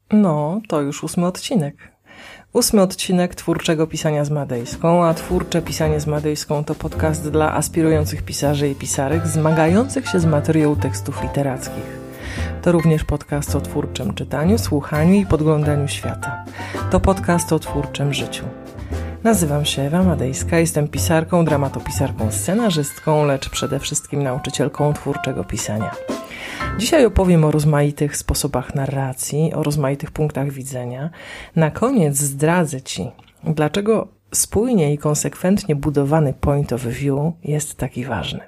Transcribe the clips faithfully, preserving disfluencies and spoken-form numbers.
No, to już ósmy odcinek. Ósmy odcinek Twórczego Pisania z Madejską, a Twórcze Pisanie z Madejską to podcast dla aspirujących pisarzy i pisarek zmagających się z materią tekstów literackich. To również podcast o twórczym czytaniu, słuchaniu i podglądaniu świata. To podcast o twórczym życiu. Nazywam się Ewa Madejska, jestem pisarką, dramatopisarką, scenarzystką, lecz przede wszystkim nauczycielką twórczego pisania. Dzisiaj opowiem o rozmaitych sposobach narracji, o rozmaitych punktach widzenia. Na koniec zdradzę Ci, dlaczego spójnie i konsekwentnie budowany point of view jest taki ważny.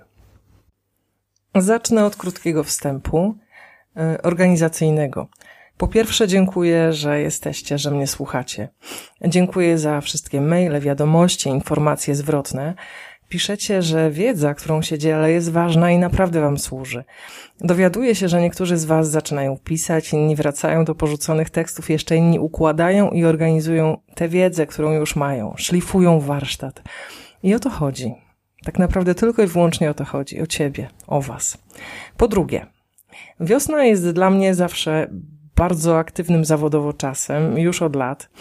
Zacznę od krótkiego wstępu yy, organizacyjnego. Po pierwsze dziękuję, że jesteście, że mnie słuchacie. Dziękuję za wszystkie maile, wiadomości, informacje zwrotne. Piszecie, że wiedza, którą się dzielę, jest ważna i naprawdę Wam służy. Dowiaduję się, że niektórzy z Was zaczynają pisać, inni wracają do porzuconych tekstów, jeszcze inni układają i organizują tę wiedzę, którą już mają, szlifują warsztat. I o to chodzi. Tak naprawdę tylko i wyłącznie o to chodzi. O Ciebie, o Was. Po drugie, wiosna jest dla mnie zawsze bardzo aktywnym zawodowo czasem, już od lat.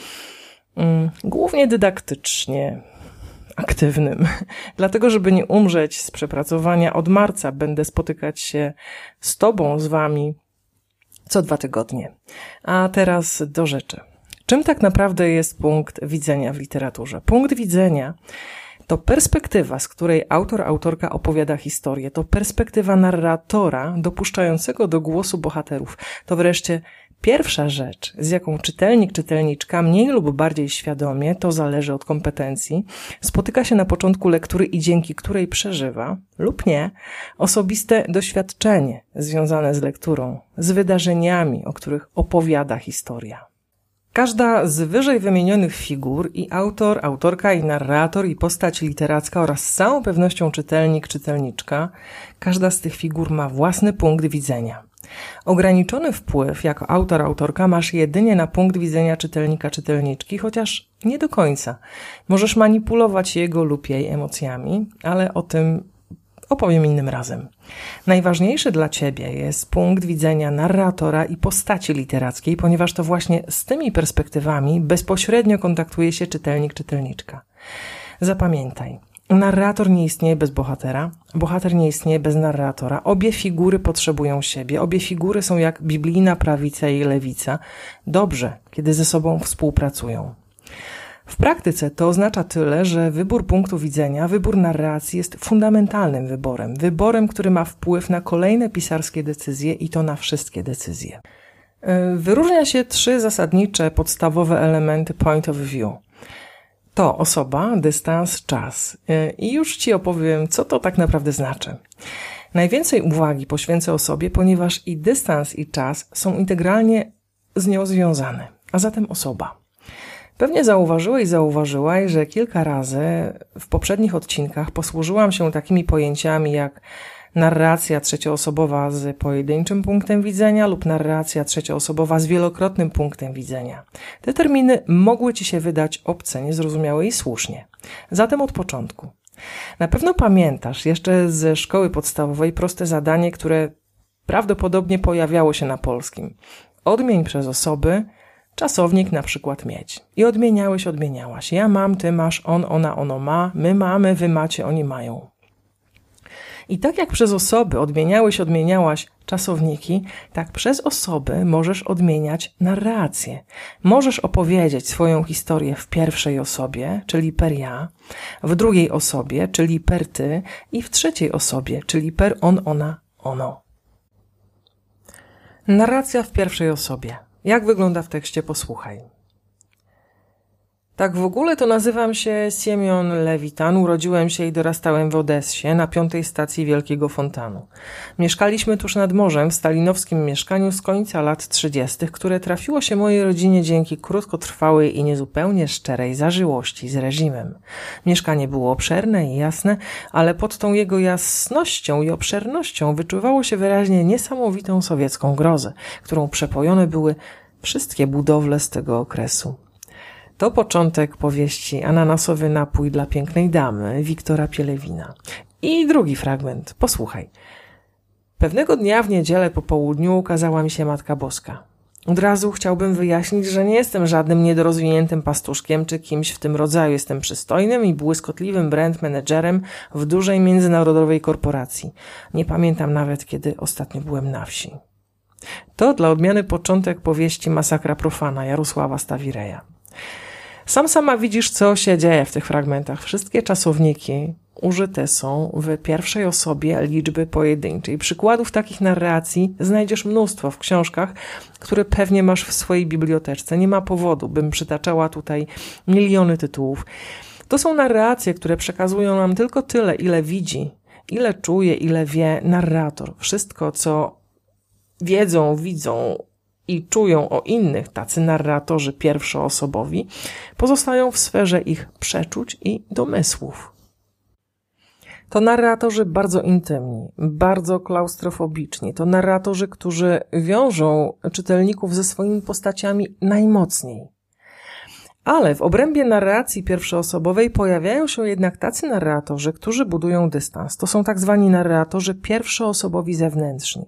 Głównie dydaktycznie aktywnym. Dlatego, żeby nie umrzeć z przepracowania, od marca będę spotykać się z Tobą, z Wami co dwa tygodnie. A teraz do rzeczy. Czym tak naprawdę jest punkt widzenia w literaturze? Punkt widzenia to perspektywa, z której autor, autorka opowiada historię. To perspektywa narratora dopuszczającego do głosu bohaterów. To wreszcie pierwsza rzecz, z jaką czytelnik, czytelniczka mniej lub bardziej świadomie, to zależy od kompetencji, spotyka się na początku lektury i dzięki której przeżywa, lub nie, osobiste doświadczenie związane z lekturą, z wydarzeniami, o których opowiada historia. Każda z wyżej wymienionych figur, i autor, autorka, i narrator, i postać literacka oraz z całą pewnością czytelnik, czytelniczka, każda z tych figur ma własny punkt widzenia. Ograniczony wpływ jako autor, autorka masz jedynie na punkt widzenia czytelnika, czytelniczki, chociaż nie do końca. Możesz manipulować jego lub jej emocjami, ale o tym opowiem innym razem. Najważniejszy dla Ciebie jest punkt widzenia narratora i postaci literackiej, ponieważ to właśnie z tymi perspektywami bezpośrednio kontaktuje się czytelnik, czytelniczka. Zapamiętaj. Narrator nie istnieje bez bohatera, bohater nie istnieje bez narratora. Obie figury potrzebują siebie, obie figury są jak biblijna prawica i lewica. Dobrze, kiedy ze sobą współpracują. W praktyce to oznacza tyle, że wybór punktu widzenia, wybór narracji jest fundamentalnym wyborem. Wyborem, który ma wpływ na kolejne pisarskie decyzje i to na wszystkie decyzje. Wyróżnia się trzy zasadnicze, podstawowe elementy point of view. To osoba, dystans, czas. I już Ci opowiem, co to tak naprawdę znaczy. Najwięcej uwagi poświęcę osobie, ponieważ i dystans, i czas są integralnie z nią związane, a zatem osoba. Pewnie zauważyłeś, zauważyłaś, że kilka razy w poprzednich odcinkach posłużyłam się takimi pojęciami jak narracja trzecioosobowa z pojedynczym punktem widzenia lub narracja trzecioosobowa z wielokrotnym punktem widzenia. Te terminy mogły Ci się wydać obce, niezrozumiałe i słusznie. Zatem od początku. Na pewno pamiętasz jeszcze ze szkoły podstawowej proste zadanie, które prawdopodobnie pojawiało się na polskim. Odmień przez osoby czasownik na przykład mieć. I odmieniałeś, odmieniałaś. Ja mam, ty masz, on, ona, ono ma, my mamy, wy macie, oni mają. I tak jak przez osoby odmieniałeś, odmieniałaś czasowniki, tak przez osoby możesz odmieniać narrację. Możesz opowiedzieć swoją historię w pierwszej osobie, czyli per ja, w drugiej osobie, czyli per ty i w trzeciej osobie, czyli per on, ona, ono. Narracja w pierwszej osobie. Jak wygląda w tekście? Posłuchaj. Tak w ogóle to nazywam się Siemion Lewitan, urodziłem się i dorastałem w Odessie, na piątej stacji Wielkiego Fontanu. Mieszkaliśmy tuż nad morzem w stalinowskim mieszkaniu z końca lat trzydziestych, które trafiło się mojej rodzinie dzięki krótkotrwałej i niezupełnie szczerej zażyłości z reżimem. Mieszkanie było obszerne i jasne, ale pod tą jego jasnością i obszernością wyczuwało się wyraźnie niesamowitą sowiecką grozę, którą przepojone były wszystkie budowle z tego okresu. To początek powieści Ananasowy napój dla pięknej damy Wiktora Pielewina. I drugi fragment. Posłuchaj. Pewnego dnia w niedzielę po południu ukazała mi się Matka Boska. Od razu chciałbym wyjaśnić, że nie jestem żadnym niedorozwiniętym pastuszkiem czy kimś w tym rodzaju. Jestem przystojnym i błyskotliwym brand managerem w dużej międzynarodowej korporacji. Nie pamiętam nawet, kiedy ostatnio byłem na wsi. To dla odmiany początek powieści Masakra profana Jarosława Stawireja. Sam sama widzisz, co się dzieje w tych fragmentach. Wszystkie czasowniki użyte są w pierwszej osobie liczby pojedynczej. Przykładów takich narracji znajdziesz mnóstwo w książkach, które pewnie masz w swojej biblioteczce. Nie ma powodu, bym przytaczała tutaj miliony tytułów. To są narracje, które przekazują nam tylko tyle, ile widzi, ile czuje, ile wie narrator. Wszystko, co wiedzą, widzą i czują o innych, tacy narratorzy pierwszoosobowi, pozostają w sferze ich przeczuć i domysłów. To narratorzy bardzo intymni, bardzo klaustrofobiczni. To narratorzy, którzy wiążą czytelników ze swoimi postaciami najmocniej. Ale w obrębie narracji pierwszoosobowej pojawiają się jednak tacy narratorzy, którzy budują dystans. To są tak zwani narratorzy pierwszoosobowi zewnętrzni.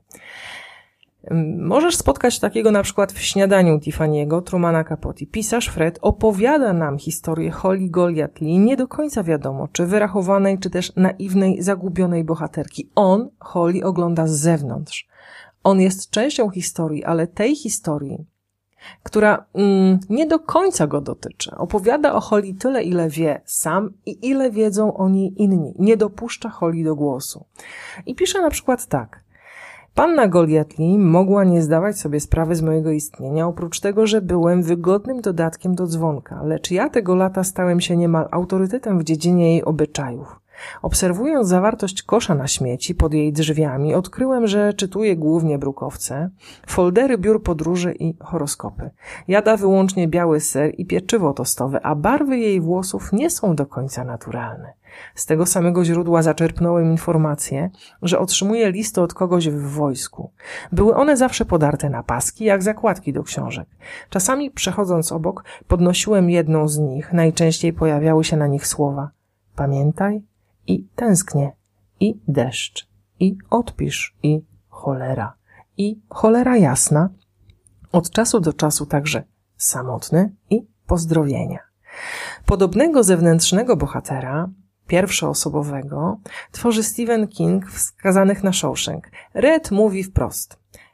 Możesz spotkać takiego na przykład w Śniadaniu Tiffany'ego Trumana Capote. Pisarz Fred opowiada nam historię Holly Goliath Lee, nie do końca wiadomo, czy wyrachowanej, czy też naiwnej, zagubionej bohaterki. On Holly ogląda z zewnątrz. On jest częścią historii, ale tej historii, która mm, nie do końca go dotyczy. Opowiada o Holly tyle, ile wie sam i ile wiedzą o niej inni. Nie dopuszcza Holly do głosu. I pisze na przykład tak. Panna Goliath Lee mogła nie zdawać sobie sprawy z mojego istnienia, oprócz tego, że byłem wygodnym dodatkiem do dzwonka, lecz ja tego lata stałem się niemal autorytetem w dziedzinie jej obyczajów. Obserwując zawartość kosza na śmieci pod jej drzwiami, odkryłem, że czytuje głównie brukowce, foldery biur podróży i horoskopy. Jada wyłącznie biały ser i pieczywo tostowe, a barwy jej włosów nie są do końca naturalne. Z tego samego źródła zaczerpnąłem informację, że otrzymuje listy od kogoś w wojsku. Były one zawsze podarte na paski, jak zakładki do książek. Czasami, przechodząc obok, podnosiłem jedną z nich. Najczęściej pojawiały się na nich słowa: pamiętaj i tęsknię, i deszcz, i odpisz, i cholera, i cholera jasna. Od czasu do czasu także samotny i pozdrowienia. Podobnego zewnętrznego bohatera, pierwszoosobowego, tworzy Stephen King w Skazanych na Shawshank. Red mówi wprost.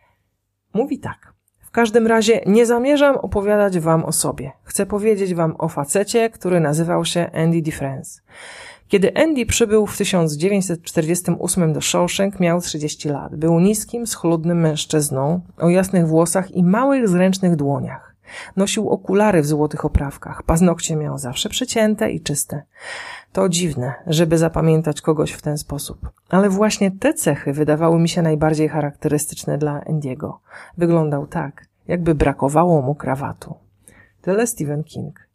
Mówi tak. W każdym razie nie zamierzam opowiadać wam o sobie. Chcę powiedzieć wam o facecie, który nazywał się Andy Dufresne. Kiedy Andy przybył w tysiąc dziewięćset czterdziestym ósmym do Shawshank, miał trzydzieści lat. Był niskim, schludnym mężczyzną, o jasnych włosach i małych, zręcznych dłoniach. Nosił okulary w złotych oprawkach, paznokcie miał zawsze przycięte i czyste. To dziwne, żeby zapamiętać kogoś w ten sposób. Ale właśnie te cechy wydawały mi się najbardziej charakterystyczne dla Andy'ego. Wyglądał tak, jakby brakowało mu krawatu. Tyle Stephen King.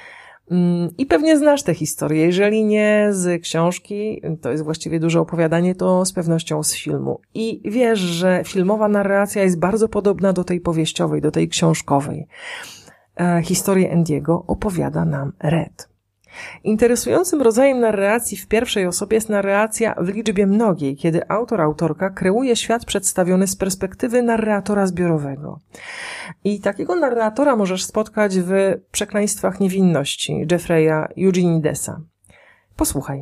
I pewnie znasz tę historię. Jeżeli nie z książki, to jest właściwie duże opowiadanie, to z pewnością z filmu. I wiesz, że filmowa narracja jest bardzo podobna do tej powieściowej, do tej książkowej. E, historię Andy'ego opowiada nam Red. Interesującym rodzajem narracji w pierwszej osobie jest narracja w liczbie mnogiej, kiedy autor, autorka kreuje świat przedstawiony z perspektywy narratora zbiorowego. I takiego narratora możesz spotkać w Przekleństwach niewinności Jeffreya Eugenidesa. Posłuchaj.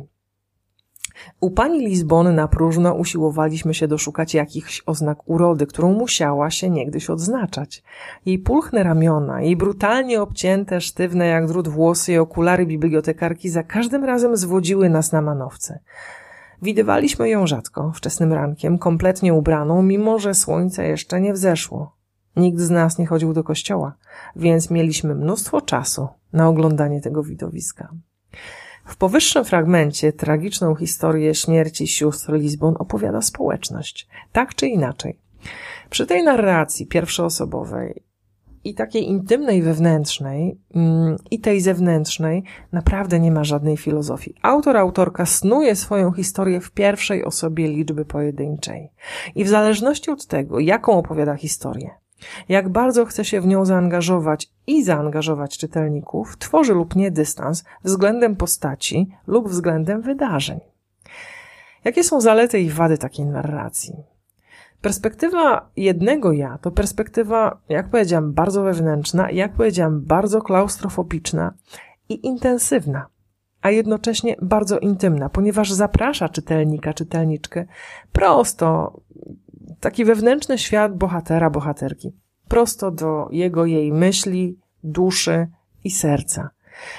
U pani Lizbon na próżno usiłowaliśmy się doszukać jakichś oznak urody, którą musiała się niegdyś odznaczać. Jej pulchne ramiona, jej brutalnie obcięte, sztywne jak drut włosy i okulary bibliotekarki za każdym razem zwodziły nas na manowce. Widywaliśmy ją rzadko, wczesnym rankiem, kompletnie ubraną, mimo że słońce jeszcze nie wzeszło. Nikt z nas nie chodził do kościoła, więc mieliśmy mnóstwo czasu na oglądanie tego widowiska. W powyższym fragmencie tragiczną historię śmierci sióstr Lizbon opowiada społeczność, tak czy inaczej. Przy tej narracji pierwszoosobowej i takiej intymnej wewnętrznej mm, i tej zewnętrznej naprawdę nie ma żadnej filozofii. Autor, autorka snuje swoją historię w pierwszej osobie liczby pojedynczej. I w zależności od tego, jaką opowiada historię, jak bardzo chce się w nią zaangażować i zaangażować czytelników, tworzy lub nie dystans względem postaci lub względem wydarzeń. Jakie są zalety i wady takiej narracji? Perspektywa jednego ja to perspektywa, jak powiedziałam, bardzo wewnętrzna, jak powiedziałam, bardzo klaustrofobiczna i intensywna, a jednocześnie bardzo intymna, ponieważ zaprasza czytelnika, czytelniczkę prosto, taki wewnętrzny świat bohatera, bohaterki, prosto do jego, jej myśli, duszy i serca.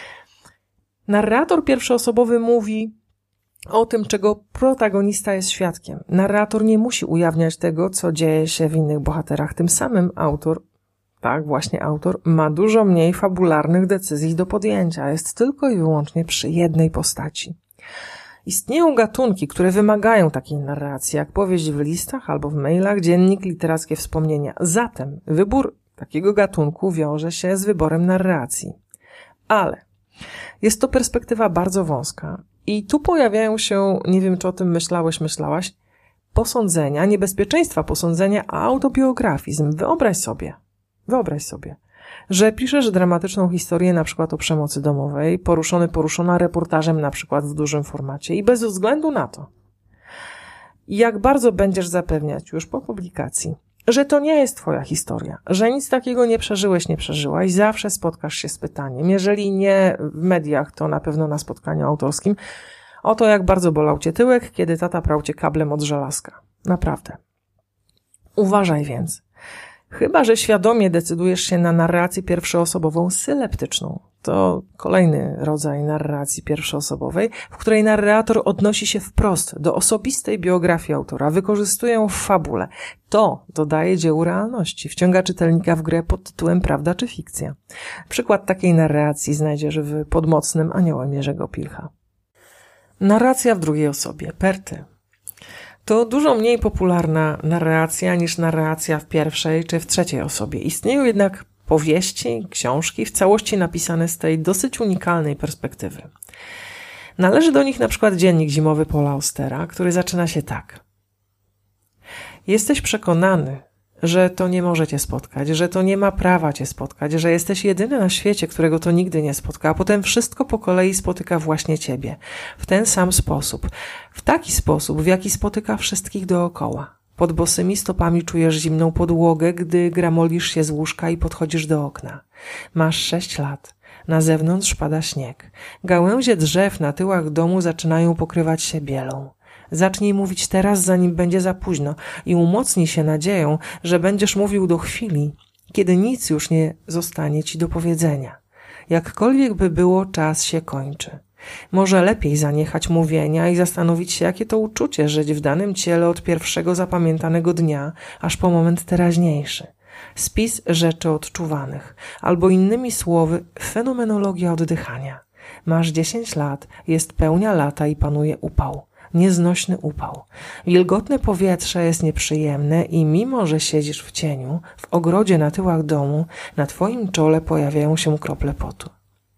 Narrator pierwszoosobowy mówi o tym, czego protagonista jest świadkiem. Narrator nie musi ujawniać tego, co dzieje się w innych bohaterach. Tym samym autor, tak właśnie autor, ma dużo mniej fabularnych decyzji do podjęcia. Jest tylko i wyłącznie przy jednej postaci. Istnieją gatunki, które wymagają takiej narracji, jak powieść w listach albo w mailach, dziennik, literackie wspomnienia. Zatem wybór takiego gatunku wiąże się z wyborem narracji. Ale jest to perspektywa bardzo wąska i tu pojawiają się, nie wiem czy o tym myślałeś, myślałaś, posądzenia, niebezpieczeństwa posądzenia, a autobiografizm. Wyobraź sobie, wyobraź sobie, że piszesz dramatyczną historię na przykład o przemocy domowej, poruszony, poruszona reportażem na przykład w dużym formacie i bez względu na to, jak bardzo będziesz zapewniać już po publikacji, że to nie jest twoja historia, że nic takiego nie przeżyłeś, nie przeżyłaś, zawsze spotkasz się z pytaniem, jeżeli nie w mediach, to na pewno na spotkaniu autorskim, o to, jak bardzo bolał cię tyłek, kiedy tata prał cię kablem od żelazka. Naprawdę. Uważaj więc. Chyba że świadomie decydujesz się na narrację pierwszoosobową syleptyczną. To kolejny rodzaj narracji pierwszoosobowej, w której narrator odnosi się wprost do osobistej biografii autora, wykorzystuje ją w fabule. To dodaje dziełu realności, wciąga czytelnika w grę pod tytułem Prawda czy fikcja. Przykład takiej narracji znajdziesz w Podmocnym Aniołem Jerzego Pilcha. Narracja w drugiej osobie, Perty. To dużo mniej popularna narracja niż narracja w pierwszej czy w trzeciej osobie. Istnieją jednak powieści, książki w całości napisane z tej dosyć unikalnej perspektywy. Należy do nich na przykład Dziennik zimowy Paula Austera, który zaczyna się tak. Jesteś przekonany, że to nie może cię spotkać, że to nie ma prawa cię spotkać, że jesteś jedyny na świecie, którego to nigdy nie spotka, a potem wszystko po kolei spotyka właśnie ciebie. W ten sam sposób. W taki sposób, w jaki spotyka wszystkich dookoła. Pod bosymi stopami czujesz zimną podłogę, gdy gramolisz się z łóżka i podchodzisz do okna. Masz sześć lat. Na zewnątrz pada śnieg. Gałęzie drzew na tyłach domu zaczynają pokrywać się bielą. Zacznij mówić teraz, zanim będzie za późno i umocnij się nadzieją, że będziesz mówił do chwili, kiedy nic już nie zostanie ci do powiedzenia. Jakkolwiek by było, czas się kończy. Może lepiej zaniechać mówienia i zastanowić się, jakie to uczucie żyć w danym ciele od pierwszego zapamiętanego dnia, aż po moment teraźniejszy. Spis rzeczy odczuwanych, albo innymi słowy, fenomenologia oddychania. Masz dziesięć lat, jest pełnia lata i panuje upał. Nieznośny upał. Wilgotne powietrze jest nieprzyjemne i mimo, że siedzisz w cieniu, w ogrodzie na tyłach domu, na twoim czole pojawiają się krople potu.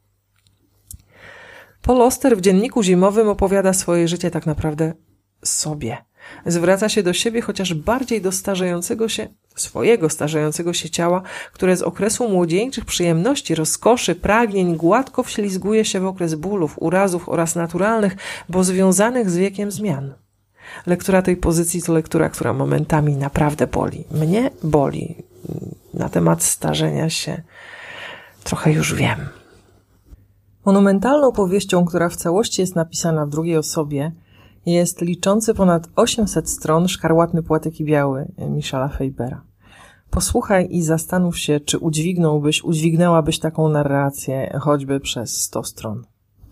Paul Auster w Dzienniku zimowym opowiada swoje życie tak naprawdę sobie. Zwraca się do siebie, chociaż bardziej do starzejącego się, swojego starzejącego się ciała, które z okresu młodzieńczych przyjemności, rozkoszy, pragnień gładko wślizguje się w okres bólów, urazów oraz naturalnych, bo związanych z wiekiem zmian. Lektura tej pozycji to lektura, która momentami naprawdę boli. Mnie boli. Na temat starzenia się trochę już wiem. Monumentalną powieścią, która w całości jest napisana w drugiej osobie, jest liczący ponad osiemset stron Szkarłatny płatek i biały Michela Feibera. Posłuchaj i zastanów się, czy udźwignąłbyś, udźwignęłabyś taką narrację choćby przez sto stron.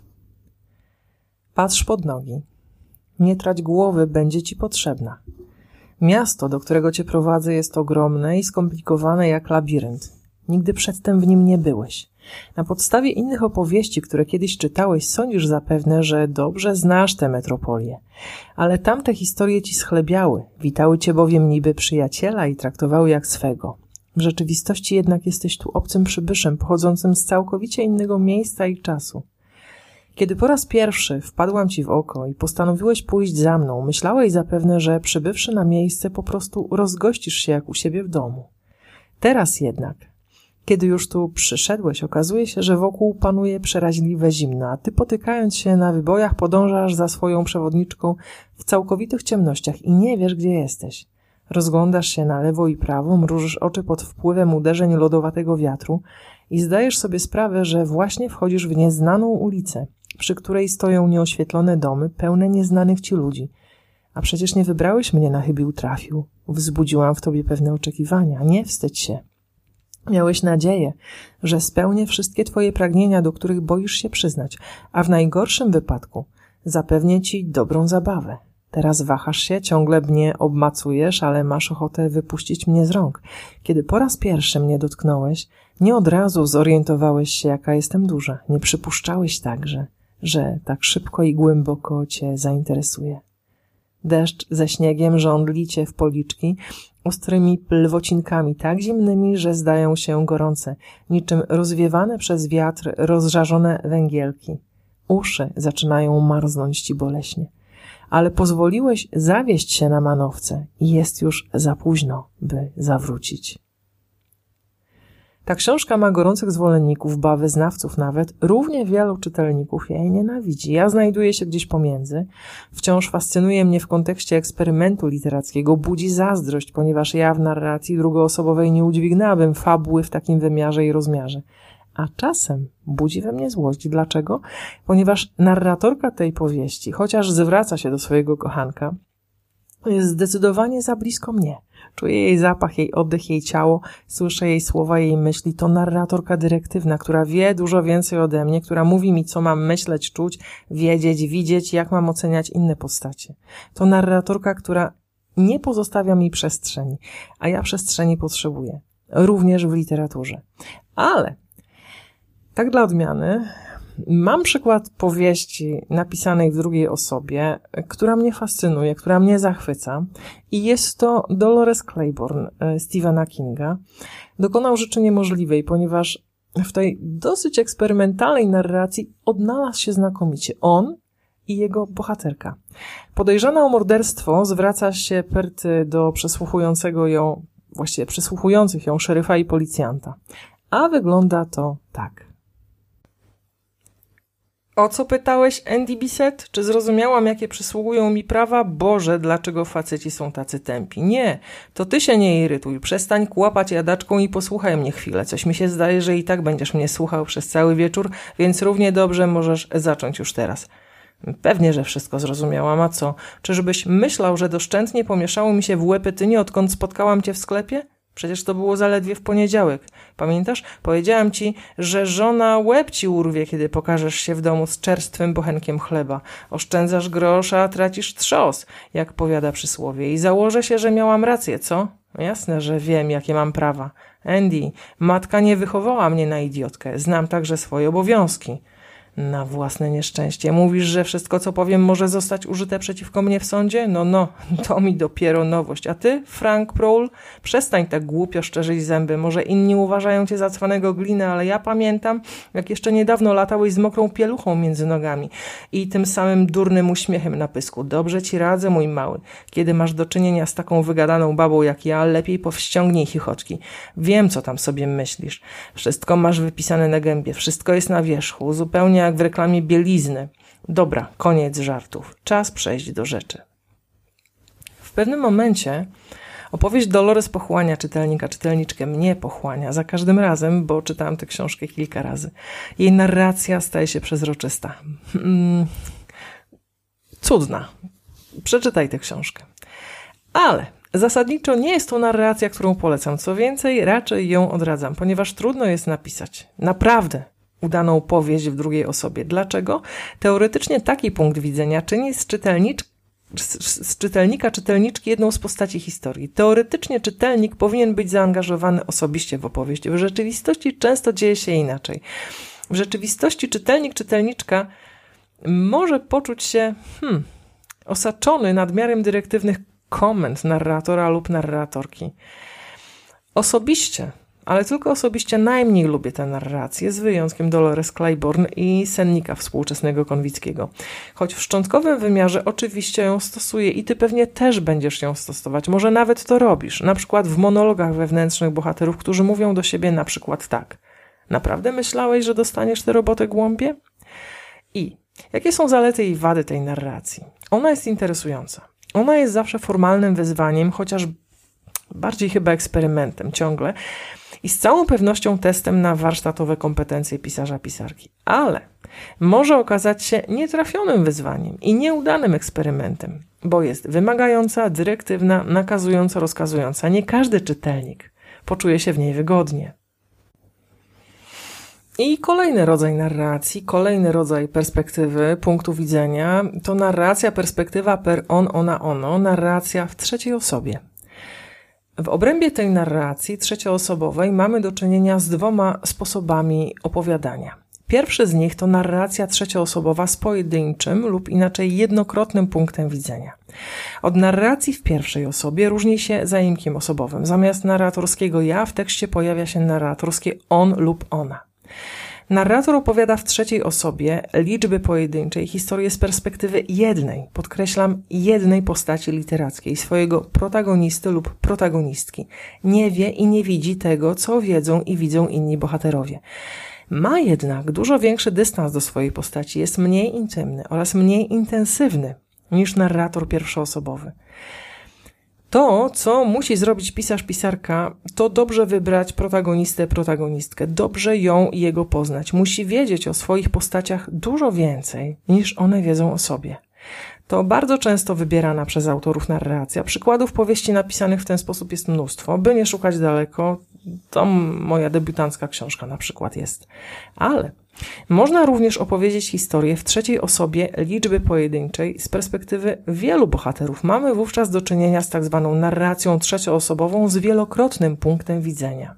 Patrz pod nogi. Nie trać głowy, będzie ci potrzebna. Miasto, do którego cię prowadzę, jest ogromne i skomplikowane jak labirynt. Nigdy przedtem w nim nie byłeś. Na podstawie innych opowieści, które kiedyś czytałeś, sądzisz zapewne, że dobrze znasz tę metropolię. Ale tamte historie ci schlebiały, witały cię bowiem niby przyjaciela i traktowały jak swego. W rzeczywistości jednak jesteś tu obcym przybyszem, pochodzącym z całkowicie innego miejsca i czasu. Kiedy po raz pierwszy wpadłam ci w oko i postanowiłeś pójść za mną, myślałeś zapewne, że przybywszy na miejsce po prostu rozgościsz się jak u siebie w domu. Teraz jednak, kiedy już tu przyszedłeś, okazuje się, że wokół panuje przeraźliwe zimno, a ty potykając się na wybojach podążasz za swoją przewodniczką w całkowitych ciemnościach i nie wiesz, gdzie jesteś. Rozglądasz się na lewo i prawo, mrużysz oczy pod wpływem uderzeń lodowatego wiatru i zdajesz sobie sprawę, że właśnie wchodzisz w nieznaną ulicę, przy której stoją nieoświetlone domy, pełne nieznanych ci ludzi. A przecież nie wybrałeś mnie na chybił trafił. Wzbudziłam w tobie pewne oczekiwania. Nie wstydź się. Miałeś nadzieję, że spełnię wszystkie twoje pragnienia, do których boisz się przyznać, a w najgorszym wypadku zapewnię ci dobrą zabawę. Teraz wahasz się, ciągle mnie obmacujesz, ale masz ochotę wypuścić mnie z rąk. Kiedy po raz pierwszy mnie dotknąłeś, nie od razu zorientowałeś się, jaka jestem duża. Nie przypuszczałeś także, że tak szybko i głęboko cię zainteresuję. Deszcz ze śniegiem żądli cię w policzki ostrymi plwocinkami tak zimnymi, że zdają się gorące, niczym rozwiewane przez wiatr rozżarzone węgielki. Uszy zaczynają marznąć ci boleśnie. Ale pozwoliłeś zawieść się na manowce i jest już za późno, by zawrócić. Ta książka ma gorących zwolenników, ba wyznawców nawet, równie wielu czytelników jej nienawidzi. Ja znajduję się gdzieś pomiędzy. Wciąż fascynuje mnie w kontekście eksperymentu literackiego, budzi zazdrość, ponieważ ja w narracji drugoosobowej nie udźwignęłabym fabuły w takim wymiarze i rozmiarze. A czasem budzi we mnie złość. Dlaczego? Ponieważ narratorka tej powieści, chociaż zwraca się do swojego kochanka, jest zdecydowanie za blisko mnie. Czuję jej zapach, jej oddech, jej ciało, słyszę jej słowa, jej myśli. To narratorka dyrektywna, która wie dużo więcej ode mnie, która mówi mi, co mam myśleć, czuć, wiedzieć, widzieć, jak mam oceniać inne postacie. To narratorka, która nie pozostawia mi przestrzeni, a ja przestrzeni potrzebuję. Również w literaturze. Ale tak dla odmiany mam przykład powieści napisanej w drugiej osobie, która mnie fascynuje, która mnie zachwyca i jest to Dolores Claiborne Stephena Kinga. Dokonał rzeczy niemożliwej, ponieważ w tej dosyć eksperymentalnej narracji odnalazł się znakomicie on i jego bohaterka. Podejrzana o morderstwo zwraca się Perty do przesłuchującego ją, właściwie przesłuchujących ją szeryfa i policjanta. A wygląda to tak. O co pytałeś, Andy Bissett? Czy zrozumiałam, jakie przysługują mi prawa? Boże, dlaczego faceci są tacy tępi? Nie, to ty się nie irytuj. Przestań kłapać jadaczką i posłuchaj mnie chwilę. Coś mi się zdaje, że i tak będziesz mnie słuchał przez cały wieczór, więc równie dobrze możesz zacząć już teraz. Pewnie, że wszystko zrozumiałam, a co? Czyżbyś myślał, że doszczętnie pomieszało mi się w łepetynie, odkąd spotkałam cię w sklepie? Przecież to było zaledwie w poniedziałek. Pamiętasz? Powiedziałam ci, że żona łeb ci urwie, kiedy pokażesz się w domu z czerstwym bochenkiem chleba. Oszczędzasz grosza, a tracisz trzos, jak powiada przysłowie. I założę się, że miałam rację, co? Jasne, że wiem, jakie mam prawa. Andy, matka nie wychowała mnie na idiotkę. Znam także swoje obowiązki. Na własne nieszczęście. Mówisz, że wszystko, co powiem, może zostać użyte przeciwko mnie w sądzie? No, no, to mi dopiero nowość. A ty, Frank Proul, przestań tak głupio szczerzyć zęby. Może inni uważają cię za cwanego gliny, ale ja pamiętam, jak jeszcze niedawno latałeś z mokrą pieluchą między nogami i tym samym durnym uśmiechem na pysku. Dobrze ci radzę, mój mały. Kiedy masz do czynienia z taką wygadaną babą jak ja, lepiej powściągnij chichotki. Wiem, co tam sobie myślisz. Wszystko masz wypisane na gębie. Wszystko jest na wierzchu. Zupełnie jak w reklamie bielizny. Dobra, koniec żartów. Czas przejść do rzeczy. W pewnym momencie opowieść Dolores pochłania czytelnika, czytelniczkę. Mnie pochłania za każdym razem, bo czytałam tę książkę kilka razy. Jej narracja staje się przezroczysta. Hmm, cudna. Przeczytaj tę książkę. Ale zasadniczo nie jest to narracja, którą polecam. Co więcej, raczej ją odradzam, ponieważ trudno jest napisać. Naprawdę udaną powieść w drugiej osobie. Dlaczego? Teoretycznie taki punkt widzenia czyni z, czytelnicz... z czytelnika, czytelniczki jedną z postaci historii. Teoretycznie czytelnik powinien być zaangażowany osobiście w opowieść. W rzeczywistości często dzieje się inaczej. W rzeczywistości czytelnik, czytelniczka może poczuć się hmm, osaczony nadmiarem dyrektywnych komend narratora lub narratorki. Osobiście Ale tylko osobiście najmniej lubię tę narrację, z wyjątkiem Dolores Claiborne i sennika współczesnego Konwickiego. Choć w szczątkowym wymiarze oczywiście ją stosuję i ty pewnie też będziesz ją stosować. Może nawet to robisz, na przykład w monologach wewnętrznych bohaterów, którzy mówią do siebie na przykład tak. Naprawdę myślałeś, że dostaniesz tę robotę głąbie? I jakie są zalety i wady tej narracji? Ona jest interesująca. Ona jest zawsze formalnym wyzwaniem, chociaż bardziej chyba eksperymentem ciągle i z całą pewnością testem na warsztatowe kompetencje pisarza-pisarki. Ale może okazać się nietrafionym wyzwaniem i nieudanym eksperymentem, bo jest wymagająca, dyrektywna, nakazująca, rozkazująca. Nie każdy czytelnik poczuje się w niej wygodnie. I kolejny rodzaj narracji, kolejny rodzaj perspektywy, punktu widzenia, to narracja, perspektywa per on, ona, ono, narracja w trzeciej osobie. W obrębie tej narracji trzecioosobowej mamy do czynienia z dwoma sposobami opowiadania. Pierwszy z nich to narracja trzecioosobowa z pojedynczym lub inaczej jednokrotnym punktem widzenia. Od narracji w pierwszej osobie różni się zaimkiem osobowym. Zamiast narratorskiego ja w tekście pojawia się narratorskie on lub ona. Narrator opowiada w trzeciej osobie liczby pojedynczej historię z perspektywy jednej, podkreślam, jednej postaci literackiej, swojego protagonisty lub protagonistki. Nie wie i nie widzi tego, co wiedzą i widzą inni bohaterowie. Ma jednak dużo większy dystans do swojej postaci, jest mniej intymny oraz mniej intensywny niż narrator pierwszoosobowy. To, co musi zrobić pisarz, pisarka, to dobrze wybrać protagonistę, protagonistkę, dobrze ją i jego poznać. Musi wiedzieć o swoich postaciach dużo więcej, niż one wiedzą o sobie. To bardzo często wybierana przez autorów narracja. Przykładów powieści napisanych w ten sposób jest mnóstwo. By nie szukać daleko, to moja debiutancka książka na przykład jest. Ale można również opowiedzieć historię w trzeciej osobie liczby pojedynczej z perspektywy wielu bohaterów. Mamy wówczas do czynienia z tak zwaną narracją trzecioosobową z wielokrotnym punktem widzenia.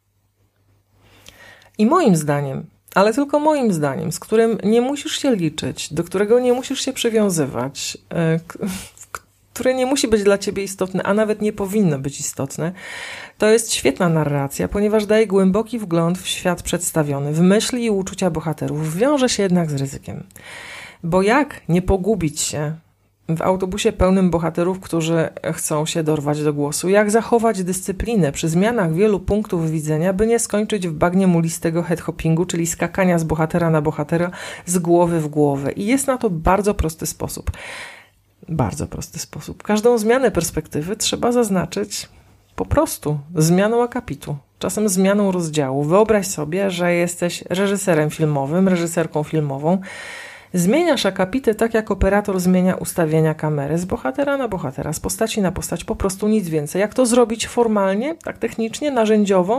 I moim zdaniem, ale tylko moim zdaniem, z którym nie musisz się liczyć, do którego nie musisz się przywiązywać, które nie musi być dla ciebie istotne, a nawet nie powinno być istotne, to jest świetna narracja, ponieważ daje głęboki wgląd w świat przedstawiony, w myśli i uczucia bohaterów. Wiąże się jednak z ryzykiem. Bo jak nie pogubić się w autobusie pełnym bohaterów, którzy chcą się dorwać do głosu? Jak zachować dyscyplinę przy zmianach wielu punktów widzenia, by nie skończyć w bagnie mulistego headhoppingu, czyli skakania z bohatera na bohatera, z głowy w głowę? I jest na to bardzo prosty sposób. Bardzo prosty sposób. Każdą zmianę perspektywy trzeba zaznaczyć po prostu zmianą akapitu, czasem zmianą rozdziału. Wyobraź sobie, że jesteś reżyserem filmowym, reżyserką filmową. Zmieniasz akapity tak, jak operator zmienia ustawienia kamery z bohatera na bohatera, z postaci na postać, po prostu nic więcej. Jak to zrobić formalnie, tak technicznie, narzędziowo?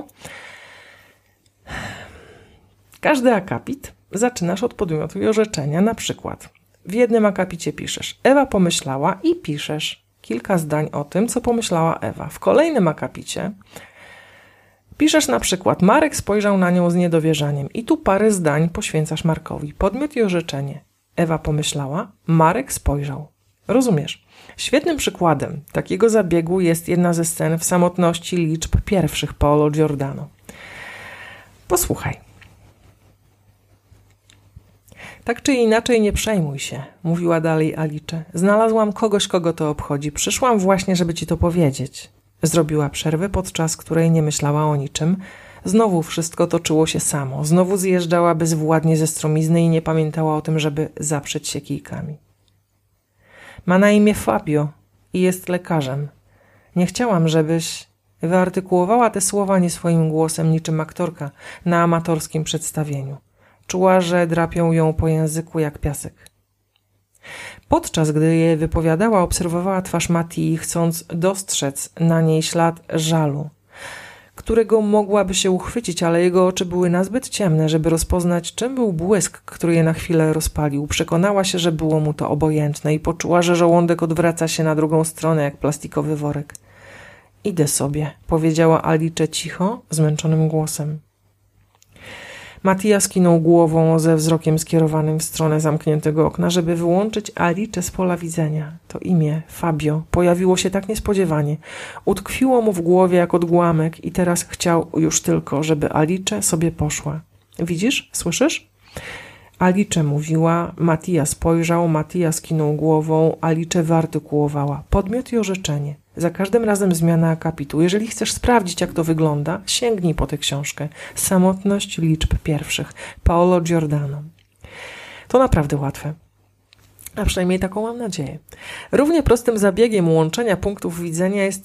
Każdy akapit zaczynasz od podmiotu i orzeczenia, na przykład w jednym akapicie piszesz Ewa pomyślała i piszesz kilka zdań o tym, co pomyślała Ewa. W kolejnym akapicie piszesz na przykład Marek spojrzał na nią z niedowierzaniem i tu parę zdań poświęcasz Markowi. Podmiot i orzeczenie. Ewa pomyślała, Marek spojrzał. Rozumiesz? Świetnym przykładem takiego zabiegu jest jedna ze scen w Samotności liczb pierwszych Paolo Giordano. Posłuchaj. Tak czy inaczej nie przejmuj się, mówiła dalej Alice. Znalazłam kogoś, kogo to obchodzi. Przyszłam właśnie, żeby ci to powiedzieć. Zrobiła przerwę, podczas której nie myślała o niczym. Znowu wszystko toczyło się samo. Znowu zjeżdżała bezwładnie ze stromizny i nie pamiętała o tym, żeby zaprzeć się kijkami. Ma na imię Fabio i jest lekarzem. Nie chciałam, żebyś wyartykułowała te słowa nie swoim głosem, niczym aktorka na amatorskim przedstawieniu. Czuła, że drapią ją po języku jak piasek. Podczas gdy je wypowiadała, obserwowała twarz Mattii, chcąc dostrzec na niej ślad żalu, którego mogłaby się uchwycić, ale jego oczy były nazbyt ciemne, żeby rozpoznać, czym był błysk, który je na chwilę rozpalił. Przekonała się, że było mu to obojętne i poczuła, że żołądek odwraca się na drugą stronę, jak plastikowy worek. Idę sobie, powiedziała Alice cicho, zmęczonym głosem. Mattia skinął głową ze wzrokiem skierowanym w stronę zamkniętego okna, żeby wyłączyć Alice z pola widzenia. To imię, Fabio, pojawiło się tak niespodziewanie. Utkwiło mu w głowie jak odgłamek i teraz chciał już tylko, żeby Alice sobie poszła. Widzisz? Słyszysz? Alice mówiła, Mattia spojrzał, Mattia skinął głową, Alice wyartykułowała. Podmiot i orzeczenie. Za każdym razem zmiana akapitu. Jeżeli chcesz sprawdzić, jak to wygląda, sięgnij po tę książkę. Samotność liczb pierwszych. Paolo Giordano. To naprawdę łatwe. A przynajmniej taką mam nadzieję. Równie prostym zabiegiem łączenia punktów widzenia jest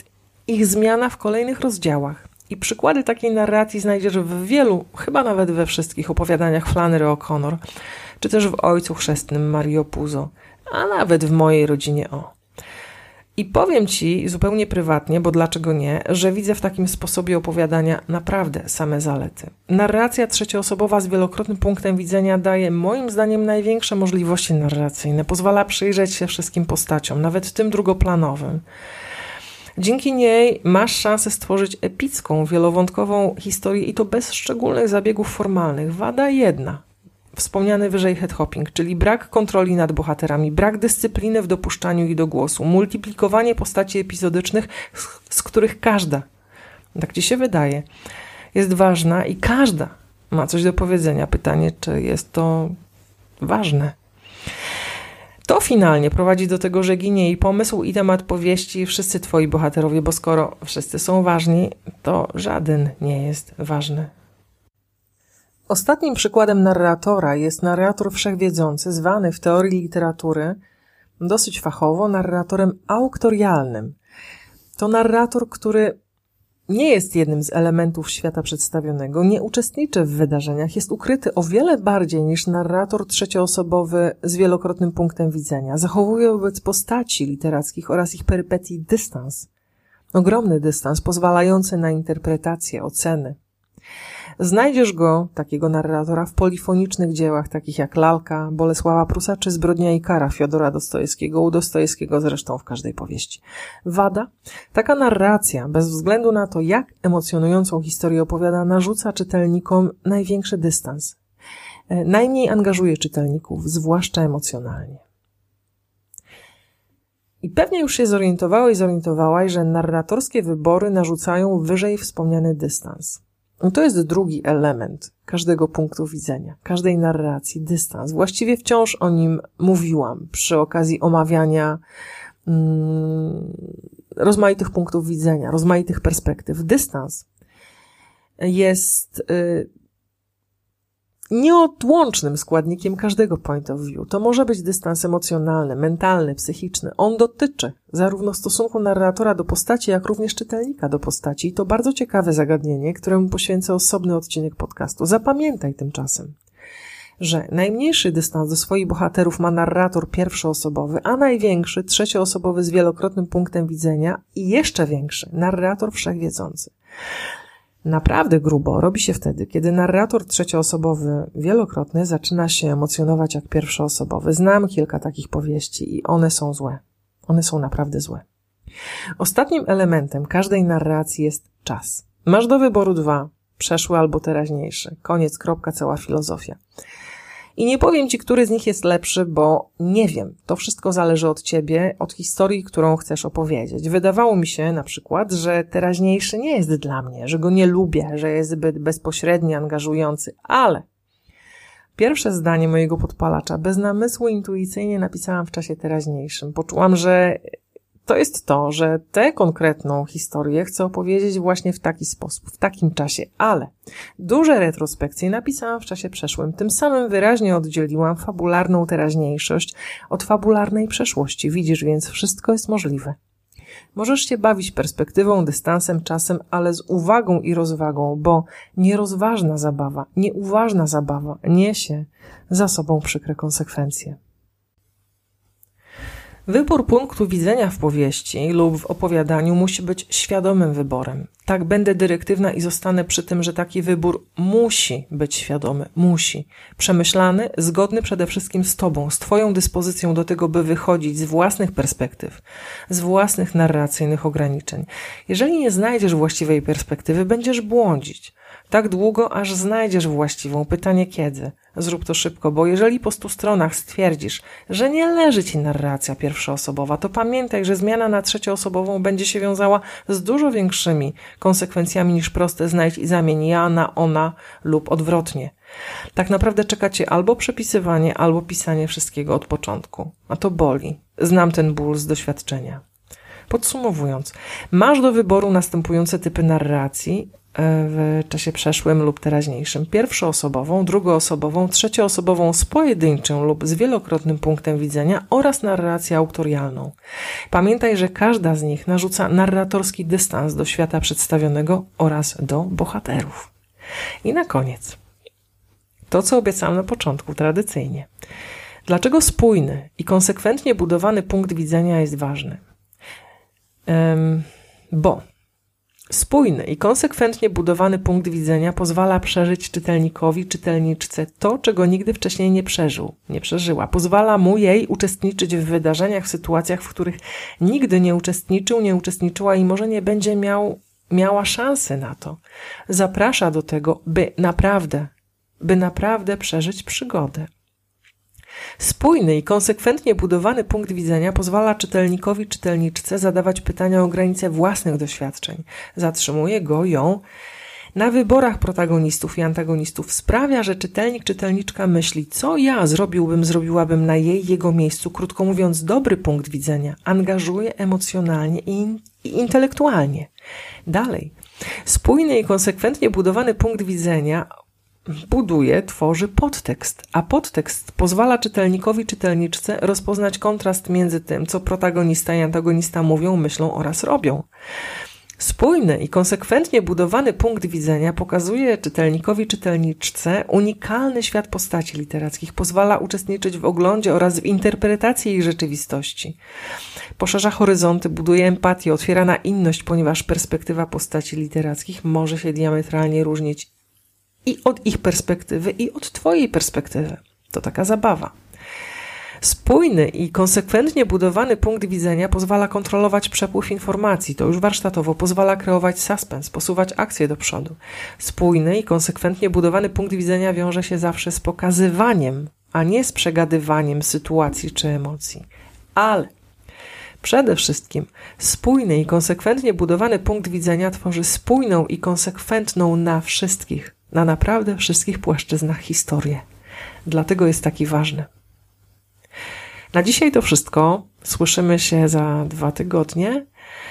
ich zmiana w kolejnych rozdziałach. I przykłady takiej narracji znajdziesz w wielu, chyba nawet we wszystkich opowiadaniach Flannery O'Connor, czy też w Ojcu Chrzestnym Mario Puzo, a nawet w mojej rodzinie O. I powiem Ci zupełnie prywatnie, bo dlaczego nie, że widzę w takim sposobie opowiadania naprawdę same zalety. Narracja trzecioosobowa z wielokrotnym punktem widzenia daje moim zdaniem największe możliwości narracyjne. Pozwala przyjrzeć się wszystkim postaciom, nawet tym drugoplanowym. Dzięki niej masz szansę stworzyć epicką, wielowątkową historię i to bez szczególnych zabiegów formalnych. Wada jedna. Wspomniany wyżej headhopping, czyli brak kontroli nad bohaterami, brak dyscypliny w dopuszczaniu ich do głosu, multiplikowanie postaci epizodycznych, z, z których każda, tak Ci się wydaje, jest ważna i każda ma coś do powiedzenia. Pytanie, czy jest to ważne? To finalnie prowadzi do tego, że ginie i pomysł, i temat powieści, wszyscy Twoi bohaterowie, bo skoro wszyscy są ważni, to żaden nie jest ważny. Ostatnim przykładem narratora jest narrator wszechwiedzący, zwany w teorii literatury dosyć fachowo narratorem auktorialnym. To narrator, który nie jest jednym z elementów świata przedstawionego, nie uczestniczy w wydarzeniach, jest ukryty o wiele bardziej niż narrator trzecioosobowy z wielokrotnym punktem widzenia. Zachowuje wobec postaci literackich oraz ich perypetii dystans. Ogromny dystans pozwalający na interpretację, oceny. Znajdziesz go, takiego narratora, w polifonicznych dziełach takich jak Lalka, Bolesława Prusa czy Zbrodnia i kara Fiodora Dostojewskiego, u Dostojewskiego zresztą w każdej powieści. Wada? Taka narracja, bez względu na to, jak emocjonującą historię opowiada, narzuca czytelnikom największy dystans. Najmniej angażuje czytelników, zwłaszcza emocjonalnie. I pewnie już się zorientowałeś, zorientowałaś, że narratorskie wybory narzucają wyżej wspomniany dystans. I to jest drugi element każdego punktu widzenia, każdej narracji, dystans. Właściwie wciąż o nim mówiłam przy okazji omawiania mm, rozmaitych punktów widzenia, rozmaitych perspektyw. Dystans jest y, nieodłącznym składnikiem każdego point of view. To może być dystans emocjonalny, mentalny, psychiczny. On dotyczy zarówno stosunku narratora do postaci, jak również czytelnika do postaci. I to bardzo ciekawe zagadnienie, któremu poświęcę osobny odcinek podcastu. Zapamiętaj tymczasem, że najmniejszy dystans do swoich bohaterów ma narrator pierwszoosobowy, a największy trzecioosobowy z wielokrotnym punktem widzenia i jeszcze większy narrator wszechwiedzący. Naprawdę grubo robi się wtedy, kiedy narrator trzecioosobowy wielokrotny zaczyna się emocjonować jak pierwszoosobowy. Znam kilka takich powieści i one są złe. One są naprawdę złe. Ostatnim elementem każdej narracji jest czas. Masz do wyboru dwa, przeszły albo teraźniejszy. Koniec, kropka, cała filozofia. I nie powiem Ci, który z nich jest lepszy, bo nie wiem. To wszystko zależy od Ciebie, od historii, którą chcesz opowiedzieć. Wydawało mi się na przykład, że teraźniejszy nie jest dla mnie, że go nie lubię, że jest zbyt bezpośredni, angażujący, ale pierwsze zdanie mojego podpalacza bez namysłu intuicyjnie napisałam w czasie teraźniejszym. Poczułam, że to jest to, że tę konkretną historię chcę opowiedzieć właśnie w taki sposób, w takim czasie, ale duże retrospekcje napisałam w czasie przeszłym. Tym samym wyraźnie oddzieliłam fabularną teraźniejszość od fabularnej przeszłości. Widzisz, więc wszystko jest możliwe. Możesz się bawić perspektywą, dystansem, czasem, ale z uwagą i rozwagą, bo nierozważna zabawa, nieuważna zabawa niesie za sobą przykre konsekwencje. Wybór punktu widzenia w powieści lub w opowiadaniu musi być świadomym wyborem. Tak, będę dyrektywna i zostanę przy tym, że taki wybór musi być świadomy, musi. Przemyślany, zgodny przede wszystkim z Tobą, z Twoją dyspozycją do tego, by wychodzić z własnych perspektyw, z własnych narracyjnych ograniczeń. Jeżeli nie znajdziesz właściwej perspektywy, będziesz błądzić. Tak długo, aż znajdziesz właściwą. Pytanie kiedy? Zrób to szybko, bo jeżeli po stu stronach stwierdzisz, że nie leży Ci narracja pierwszoosobowa, to pamiętaj, że zmiana na trzecioosobową będzie się wiązała z dużo większymi konsekwencjami niż proste znajdź i zamień ja na ona lub odwrotnie. Tak naprawdę czeka Cię albo przepisywanie, albo pisanie wszystkiego od początku. A to boli. Znam ten ból z doświadczenia. Podsumowując, masz do wyboru następujące typy narracji w czasie przeszłym lub teraźniejszym. Pierwszoosobową, drugoosobową, trzecioosobową z pojedynczym lub z wielokrotnym punktem widzenia oraz narrację autorialną. Pamiętaj, że każda z nich narzuca narratorski dystans do świata przedstawionego oraz do bohaterów. I na koniec, to co obiecałam na początku, tradycyjnie. Dlaczego spójny i konsekwentnie budowany punkt widzenia jest ważny? Um, bo spójny i konsekwentnie budowany punkt widzenia pozwala przeżyć czytelnikowi, czytelniczce to, czego nigdy wcześniej nie przeżył, nie przeżyła. Pozwala mu jej uczestniczyć w wydarzeniach, w sytuacjach, w których nigdy nie uczestniczył, nie uczestniczyła i może nie będzie miał, miała szansy na to. Zaprasza do tego, by naprawdę, by naprawdę przeżyć przygodę. Spójny i konsekwentnie budowany punkt widzenia pozwala czytelnikowi, czytelniczce zadawać pytania o granice własnych doświadczeń. Zatrzymuje go, ją na wyborach protagonistów i antagonistów. Sprawia, że czytelnik, czytelniczka myśli, co ja zrobiłbym, zrobiłabym na jej, jego miejscu. Krótko mówiąc, dobry punkt widzenia angażuje emocjonalnie i, in, i intelektualnie. Dalej. Spójny i konsekwentnie budowany punkt widzenia buduje, tworzy podtekst, a podtekst pozwala czytelnikowi, czytelniczce rozpoznać kontrast między tym, co protagonista i antagonista mówią, myślą oraz robią. Spójny i konsekwentnie budowany punkt widzenia pokazuje czytelnikowi, czytelniczce unikalny świat postaci literackich, pozwala uczestniczyć w oglądzie oraz w interpretacji jej rzeczywistości. Poszerza horyzonty, buduje empatię, otwiera na inność, ponieważ perspektywa postaci literackich może się diametralnie różnić i od ich perspektywy, i od twojej perspektywy. To taka zabawa. Spójny i konsekwentnie budowany punkt widzenia pozwala kontrolować przepływ informacji, to już warsztatowo, pozwala kreować suspens, posuwać akcję do przodu. Spójny i konsekwentnie budowany punkt widzenia wiąże się zawsze z pokazywaniem, a nie z przegadywaniem sytuacji czy emocji. Ale przede wszystkim spójny i konsekwentnie budowany punkt widzenia tworzy spójną i konsekwentną na wszystkich, na naprawdę wszystkich płaszczyznach historię. Dlatego jest taki ważny. Na dzisiaj to wszystko. Słyszymy się za dwa tygodnie.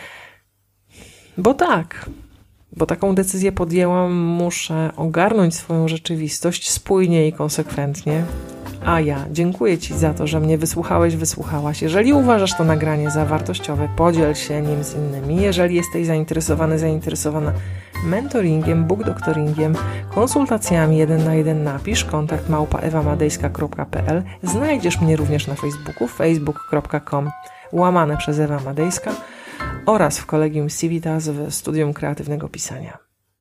Bo tak, bo taką decyzję podjęłam, muszę ogarnąć swoją rzeczywistość spójnie i konsekwentnie. A ja dziękuję Ci za to, że mnie wysłuchałeś, wysłuchałaś. Jeżeli uważasz to nagranie za wartościowe, podziel się nim z innymi. Jeżeli jesteś zainteresowany, zainteresowana mentoringiem, bookdoktoringiem, konsultacjami jeden na jeden, napisz kontakt małpa ewa madejska kropka p l. Znajdziesz mnie również na Facebooku, facebook kropka com łamane przez Ewa Madejska oraz w Kolegium Civitas w Studium Kreatywnego Pisania.